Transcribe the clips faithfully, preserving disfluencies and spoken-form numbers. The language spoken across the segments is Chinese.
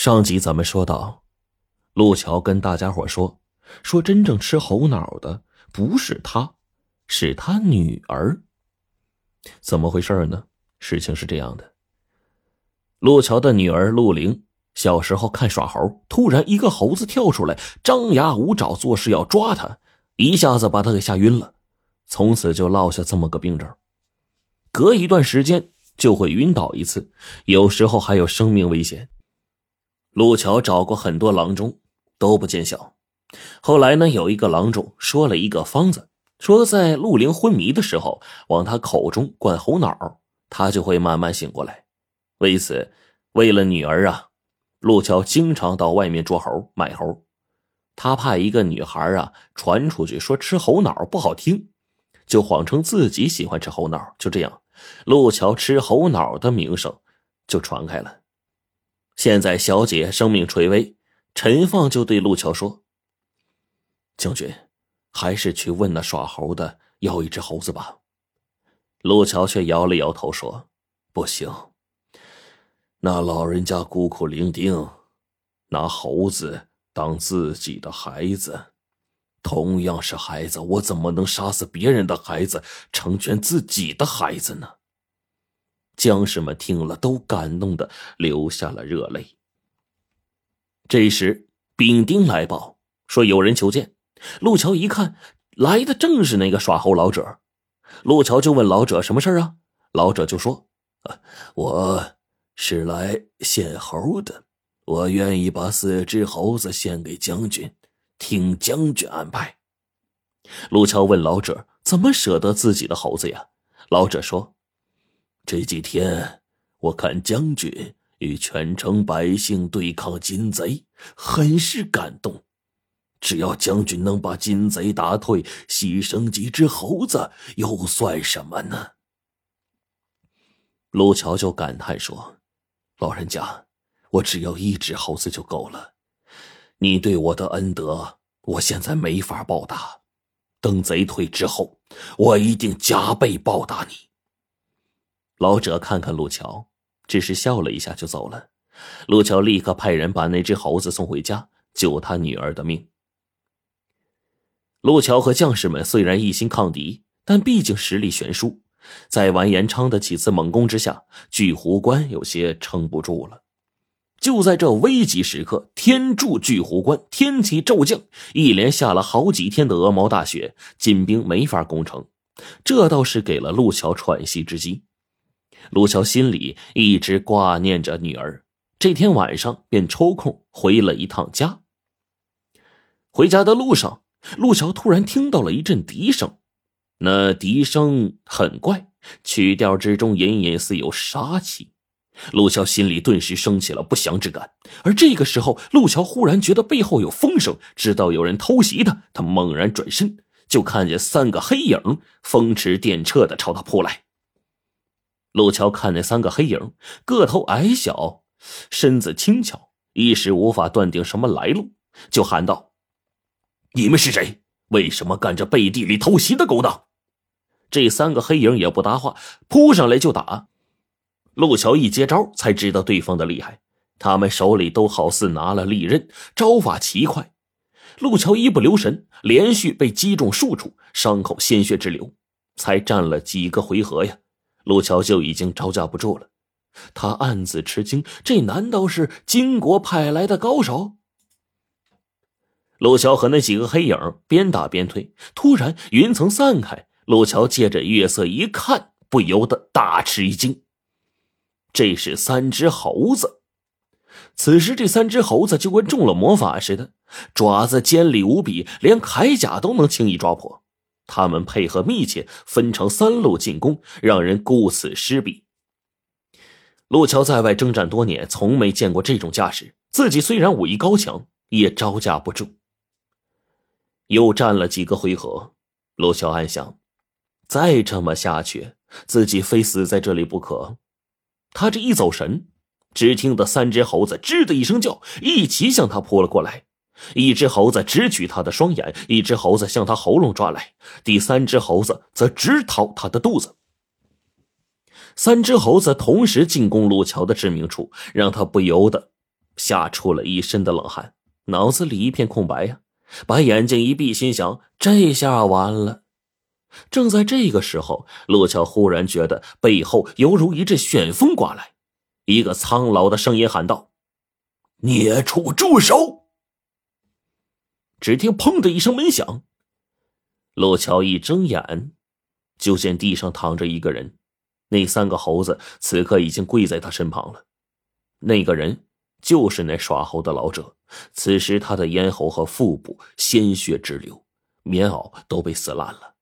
上集咱们说到，陆桥跟大家伙说，说真正吃猴脑的不是他，是他女儿。怎么回事呢？事情是这样的，陆桥的女儿陆玲小时候看耍猴，突然一个猴子跳出来，张牙舞爪，做事要抓他，一下子把他给吓晕了，从此就落下这么个病症，隔一段时间就会晕倒一次，有时候还有生命危险。陆桥找过很多郎中都不见效，后来呢，有一个郎中说了一个方子，说在陆玲昏迷的时候往他口中灌猴脑，他就会慢慢醒过来。为此，为了女儿啊，陆桥经常到外面捉猴买猴。他怕一个女孩啊传出去说吃猴脑不好听，就谎称自己喜欢吃猴脑，就这样陆桥吃猴脑的名声就传开了。现在小姐生命垂危，陈放就对陆桥说，将军还是去问那耍猴的要一只猴子吧。陆桥却摇了摇头说，不行，那老人家孤苦伶仃，拿猴子当自己的孩子，同样是孩子，我怎么能杀死别人的孩子，成全自己的孩子呢？将士们听了都感动的流下了热泪。这时丙丁来报说有人求见，陆桥一看来的正是那个耍猴老者，陆桥就问老者什么事啊？老者就说、啊、我是来献猴的，我愿意把四只猴子献给将军，听将军安排。陆桥问老者怎么舍得自己的猴子呀？老者说，这几天我看将军与全城百姓对抗金贼，很是感动，只要将军能把金贼打退，牺牲几只猴子又算什么呢？陆桥就感叹说，老人家，我只要一只猴子就够了，你对我的恩德我现在没法报答，等贼退之后我一定加倍报答你。老者看看陆桥，只是笑了一下就走了。陆桥立刻派人把那只猴子送回家，救他女儿的命。陆桥和将士们虽然一心抗敌，但毕竟实力悬殊，在完颜昌的几次猛攻之下，巨湖关有些撑不住了。就在这危急时刻，天助巨湖关，天气骤降，一连下了好几天的鹅毛大雪，金兵没法攻城，这倒是给了陆桥喘息之机。陆桥心里一直挂念着女儿，这天晚上便抽空回了一趟家。回家的路上，陆桥突然听到了一阵笛声，那笛声很怪，曲调之中隐隐似有杀气。陆桥心里顿时升起了不祥之感，而这个时候陆桥忽然觉得背后有风声，知道有人偷袭他，他猛然转身，就看见三个黑影风驰电掣地朝他扑来。陆桥看那三个黑影，个头矮小，身子轻巧，一时无法断定什么来路，就喊道，你们是谁？为什么干这背地里偷袭的勾当？这三个黑影也不答话，扑上来就打。陆桥一接招才知道对方的厉害，他们手里都好似拿了利刃，招法奇快。陆桥一不留神，连续被击中数处，伤口鲜血直流，才战了几个回合呀，陆桥就已经招架不住了。他暗自吃惊，这难道是金国派来的高手？陆桥和那几个黑影边打边退，突然云层散开，陆桥借着月色一看，不由得大吃一惊，这是三只猴子。此时这三只猴子就跟中了魔法似的，爪子尖利无比，连铠甲都能轻易抓破。他们配合密切，分成三路进攻，让人顾此失彼。陆桥在外征战多年，从没见过这种架势，自己虽然武艺高强，也招架不住。又战了几个回合，陆桥暗想，再这么下去，自己非死在这里不可。他这一走神，只听得三只猴子吱的一声叫，一起向他扑了过来。一只猴子直取他的双眼，一只猴子向他喉咙抓来，第三只猴子则直掏他的肚子。三只猴子同时进攻陆桥的致命处，让他不由得吓出了一身的冷汗，脑子里一片空白呀，把眼睛一闭，心想这下完了。正在这个时候，陆桥忽然觉得背后犹如一阵旋风刮来，一个苍老的声音喊道：孽畜住手！只听砰的一声门响，陆桥一睁眼，就见地上躺着一个人，那三个猴子此刻已经跪在他身旁了。那个人就是那耍猴的老者，此时他的咽喉和腹部鲜血直流，棉袄都被撕烂了。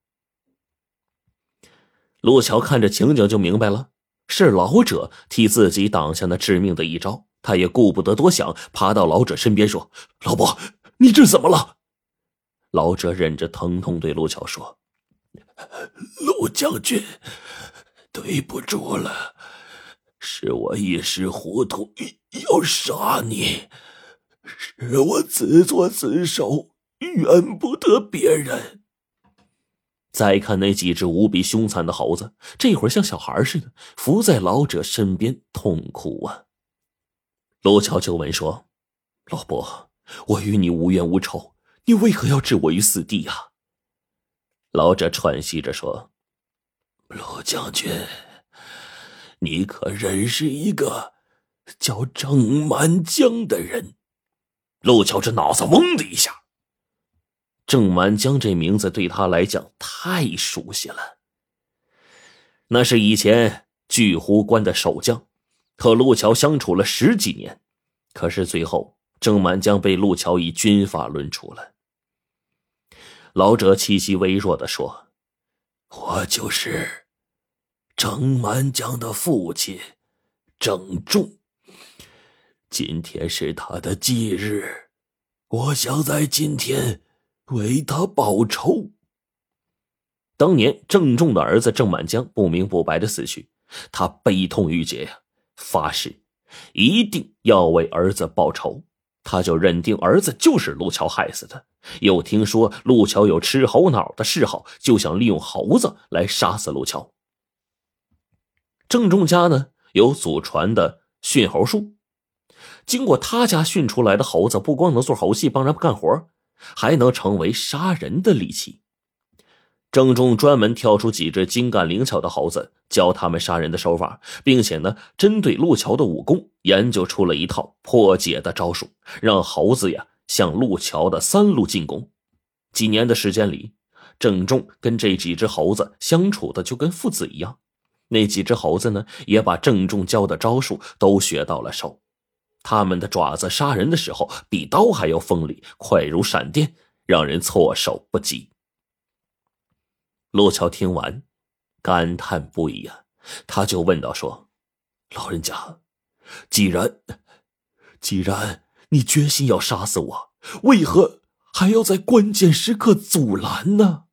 陆桥看着情景就明白了，是老者替自己挡下那致命的一招，他也顾不得多想，爬到老者身边说：老伯，你这怎么了？老者忍着疼痛对陆桥说：陆将军，对不住了，是我一时糊涂要杀你，是我自作自受，怨不得别人。再看那几只无比凶残的猴子，这会儿像小孩似的伏在老者身边痛哭啊。陆桥就问说：老伯，我与你无冤无仇，你为何要置我于死地啊？老者喘息着说：陆将军，你可认识一个叫郑满江的人？陆桥这脑子嗡的一下，郑满江这名字对他来讲太熟悉了，那是以前巨湖关的守将，和陆桥相处了十几年，可是最后郑满江被陆桥以军法论处了。老者气息微弱地说：我就是郑满江的父亲郑重，今天是他的忌日，我想在今天为他报仇。当年郑重的儿子郑满江不明不白的死去，他悲痛欲绝呀，发誓一定要为儿子报仇。他就认定儿子就是陆桥害死的，又听说陆桥有吃猴脑的嗜好，就想利用猴子来杀死陆桥。郑重家呢有祖传的驯猴术，经过他家训出来的猴子不光能做猴戏帮人干活，还能成为杀人的利器。郑重专门挑出几只精干灵巧的猴子，教他们杀人的手法，并且呢，针对陆桥的武功研究出了一套破解的招数，让猴子呀向陆桥的三路进攻。几年的时间里，郑重跟这几只猴子相处的就跟父子一样，那几只猴子呢，也把郑重教的招数都学到了手。他们的爪子杀人的时候比刀还要锋利，快如闪电，让人措手不及。陆桥听完感叹不已啊，他就问道说：老人家，既然既然你决心要杀死我，为何还要在关键时刻阻拦呢？